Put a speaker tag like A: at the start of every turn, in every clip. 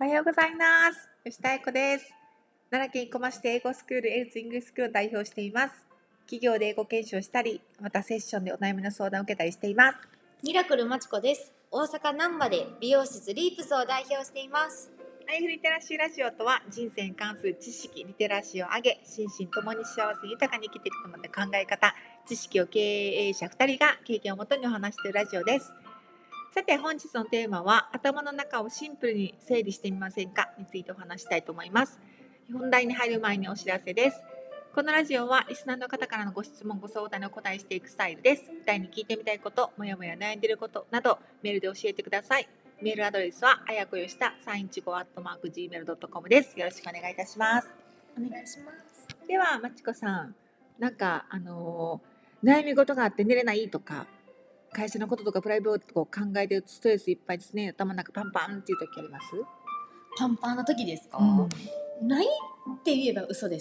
A: おはようございます。吉田英子です。奈良県生駒市で英語スクールエルツイングスクールを代表しています。企業で英語研修をしたり、またセッションでお悩みの相談を受けたりしています。
B: ミラクルまちこです。大阪難波で美容室リープスを代表しています。
A: ライフリテラシーラジオとは、人生に関する知識、リテラシーを上げ、心身ともに幸せに豊かに生きていくための考え方、知識を経営者2人が経験をもとにお話しているラジオです。さて本日のテーマは、頭の中をシンプルに整理してみませんかについてお話したいと思います。本題に入る前にお知らせです。このラジオはリスナーの方からのご質問ご相談にお答えしていくスタイルです。具体に聞いてみたいこと、もやもや悩んでいることなどメールで教えてください。メールアドレスはあやこよした315@gmail.com です。よろしくお願いいたします。
B: お願いします。
A: ではまちこさん、なんか悩み事があって寝れないとか、会社のこととかプライベートを考えてるとストレスいっぱいですね。頭の中パンパンっていう時あります？
B: パンパンな時ですか？ないって言えば嘘です。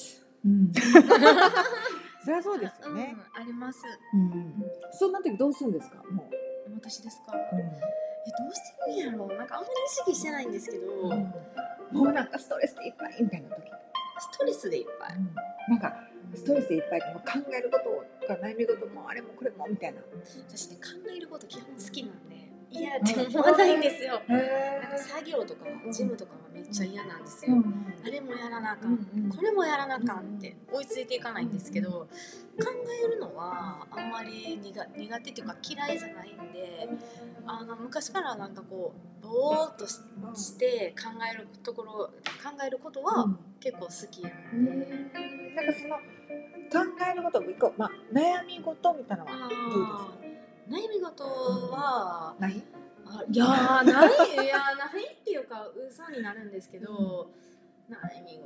A: そりゃそうですよね。
B: あります。
A: そんな時どうするんですか？も
B: う私ですか？どうしてるんやろう。なんかあんまり意識してないんですけど、
A: もうなんかストレスでいっぱいみたいな時。
B: ストレスでいっぱい。
A: なんかストレスでいっぱいでも考えることとか悩み事もあれもこれもみたいな。
B: 私ね、考えること基本好きなんで嫌って思わないんですよ。なんか作業とか事務とかはめっちゃ嫌なんですよ。あれもやらなあかん、これもやらなあかんって追いついていかないんですけど、考えるのはあんまり苦手っていうか嫌いじゃないんで、昔からなんかこうぼーっとして考えることは結構好きなんで、
A: なんかその考えることも一個、悩み事みたいなのはどうですか？
B: 悩み事は
A: ない？
B: いやないっていうか嘘になるんですけど、悩み事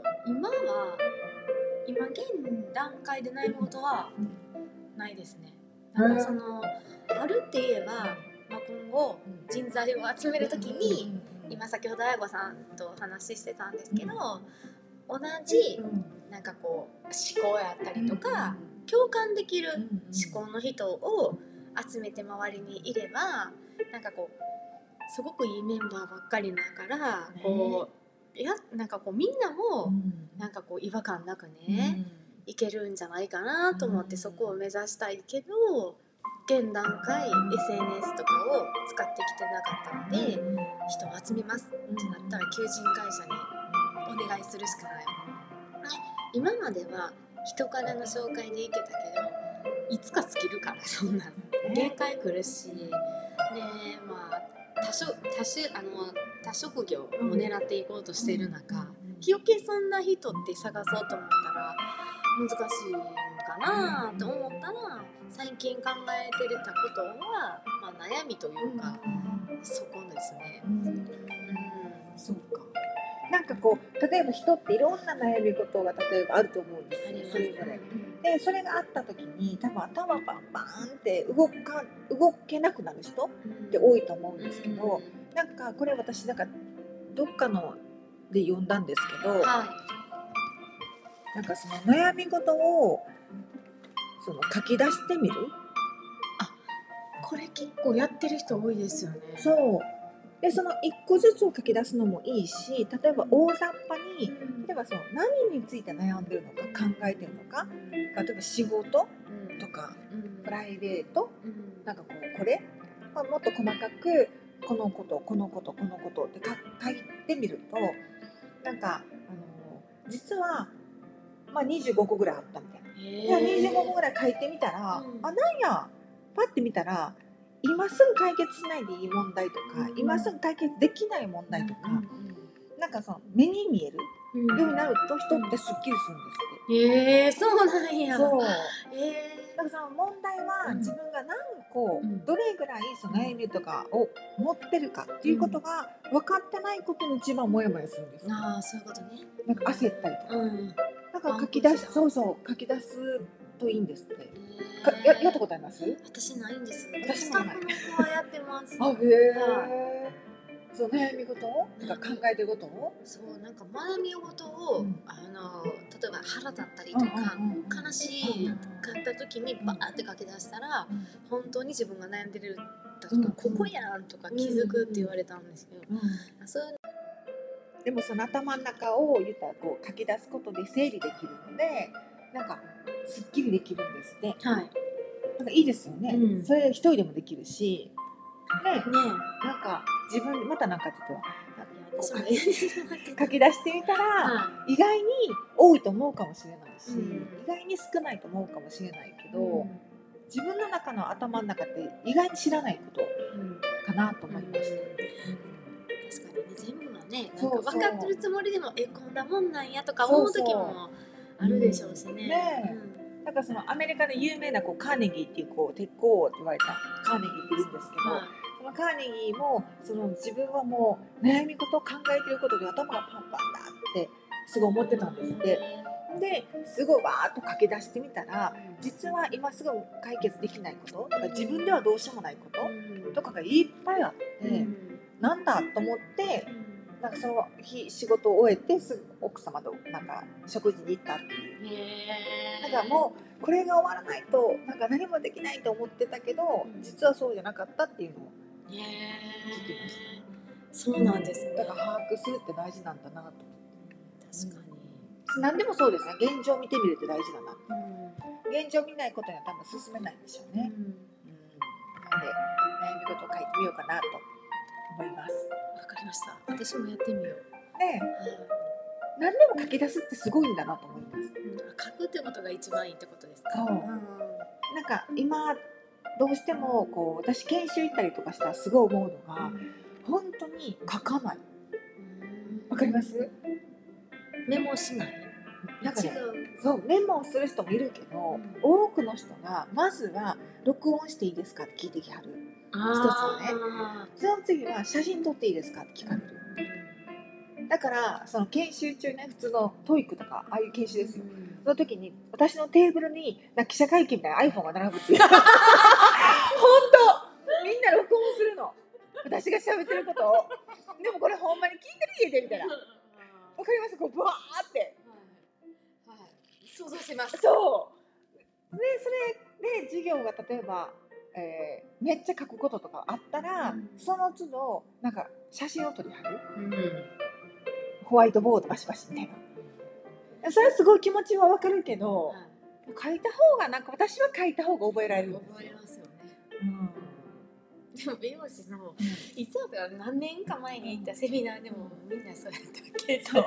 B: 今現段階で悩み事はないですね。なんかそのあるって言えば、今後人材を集めるときに、今先ほどあやこさんとお話ししてたんですけど、同じなんかこう思考やったりとか共感できる思考の人を集めて周りにいれば、なんかこうすごくいいメンバーばっかりだからこうなんかこうみんなもなんかこう違和感なくね、いけるんじゃないかなと思って、そこを目指したいけど現段階 SNS とかを使ってきてなかったんで、人を集めますってなったら求人会社にお願いするしかない。今までは人からの紹介でいけたけど、いつか尽きるから、そんな限界来るしね。多職業を狙っていこうとしている中、余計そんな人って探そうと思ったら難しいのかなと思ったら、最近考えてたことは、悩みというか、そこですね。
A: そうか。なんかこう例えば人っていろんな悩み事が例えばあると思うんですよ、それぞれ。でそれがあった時に多分頭パンパンって動けなくなる人って多いと思うんですけど、なんかこれ私なんかどっかので読んだんですけど、なんかその悩み事をその書き出してみる。
B: これ結構やってる人多いですよね。
A: そうで、その一個ずつを書き出すのもいいし、例えば大雑把に、例えばその何について悩んでるのか考えてるのか、例えば仕事とか、プライベート、なんかこれ、もっと細かくこのことって書いてみると、なんか実は25個ぐらいあったみたいな。じゃあ25個ぐらい書いてみたら、なんやパッて見たら。今すぐ解決しないでいい問題とか、今すぐ解決できない問題とか、なんかその目に見えるようになると人ってスッキリするんですって。
B: そうなんや。
A: そう。だからその問題は自分が何個、どれぐらいその悩みとかを持ってるかっていうことが分かってないことに一番モヤモヤするんです。
B: そういうことね。
A: なんか焦ったりとか。だから書き出すといいんですって。やったことあります？
B: 私ないんです。
A: 私もない。
B: スタッフの子はやってます。
A: そう悩み事をなんか考えてることを、
B: そうなんか悩み事を、例えば腹立ったりとか、悲しかった時にバーって書き出したら、本当に自分が悩んでるここやんとか気づくって言われたんですけど、そういう
A: でもその頭の中を言ったらこう書き出すことで整理できるので、なんかすっきりできるんですって。
B: はい。
A: なんかいいですよね。
B: うん
A: それ一人でもできるし、ね、
B: ね
A: なんか自分またなんかちょっと
B: いや私も
A: 書き出してみたら、
B: は
A: 意外に多いと思うかもしれないし、
B: うん
A: 意外に少ないと思うかもしれないけ
B: い。
A: ど、自分の中の頭の中って意外に知らないことかなと思いました。
B: 確かにね、全部はね、な
A: そうそう
B: んか分かってるつもりでもこんなもんなんやとか思う時もあるでしょうしね。
A: ねえ、なんかそのアメリカで有名なこうカーネギーっていうこう鉄鋼王って言われたカーネギーって言うんですけど、そのカーネギーもその自分はもう悩み事を考えてることで頭がパンパンだってすごい思ってたんですって。ですごいわーっと書き出してみたら、実は今すぐ解決できないこととか自分ではどうしようもないこととかがいっぱいあって、なんだと思って、なんかその日仕事を終えてすぐ奥様となんか食事に行ったっていう。だからもうこれが終わらないとなんか何もできないと思ってたけど、実はそうじゃなかったっていうのを聞きました。
B: そうなんですね。
A: だから把握するって大事なんだなと。
B: 確かに。
A: 何でもそうですね。現状を見てみるって大事だな。現状を見ないことには多分進めないんでしょうね。なので悩み事を書いてみようかなと思います。
B: わかりました。私もやってみよう。
A: ね、何でも書き出すってすごいんだなと思います。
B: 書くってことが一番いいってことですか。
A: そう。なんか今どうしてもこう私研修行ったりとかしたらすごい思うのが、本当に書かない。わかります？
B: メモしない。
A: なんかね、そうメモをする人もいるけど、多くの人がまずは録音していいですかって聞いてきはる。一つはね。その次は写真撮っていいですかって聞かれる。だからその研修中ね、普通のトイックとかああいう研修ですよ。その時に私のテーブルに記者会見みたいな iPhone が並ぶっていう。本当みんな録音するの。私が喋ってることを。でもこれほんまに聞いてる家でみたいな。わかります？こうブワーって。
B: 想像します。
A: そうでそれで授業が例えば、めっちゃ書くこととかあったら、その都度なんか写真を撮りはる、ホワイトボードバシバシみたいな。それすごい気持ちはわかるけど、書いた方がなんか私は書いた方が覚えられるんですよ。
B: 覚えますよね。でも美容師のいつだったら何年か前に行ったセミナーでもみんなそうやったけど、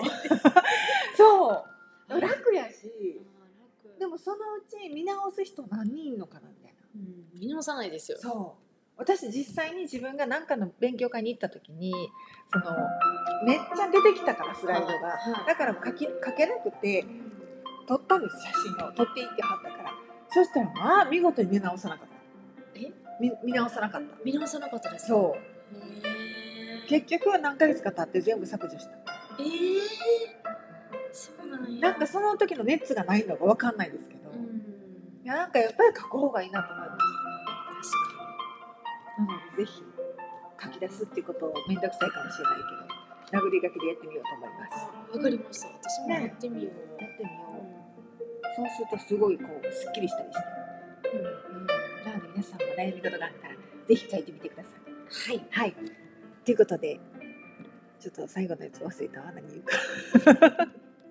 A: そう楽やし、でもそのうち見直す人何人いるのかなみたいな。
B: 見直さないですよ。
A: そう私実際に自分が何かの勉強会に行った時にそのめっちゃ出てきたからスライドが、だから書けなくて撮ったんです。写真を撮っていってはったから。そしたらまあ見事に見直さなかった。見直さなかった。
B: 見直さなかったです。
A: そう結局は何ヶ月か経って全部削除した。
B: そうなんや。
A: なんかその時の熱がないのが分かんないですけど、いやなんかやっぱり書く方がいいなと思います。確かに。なのでぜひ書き出すっていうことをめんどくさいかもしれないけど、殴り書きでやってみようと思います。
B: わかりました。私もやってみよう。
A: やってみよう。そうするとすごいこうすっきりしたりして。なので皆さんも悩み事があったらぜひ書いてみてください。はい。ということでちょっと最後のやつ忘れたわ。何言うか。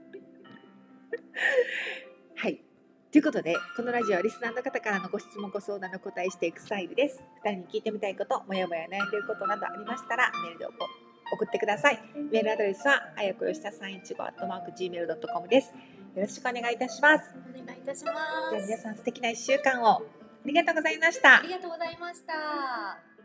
A: はい。ということでこのラジオはリスナーの方からのご質問ご相談の答えしていくスタイルです。2人に聞いてみたいこと、もやもや悩んでいることなどありましたらメールで送ってください。メールアドレスはあやこよした315@gmail.com です。よろしくお願いいたします。
B: お願いいたします。
A: では皆さん素敵な1週間をありがとうございました。
B: ありがとうございました。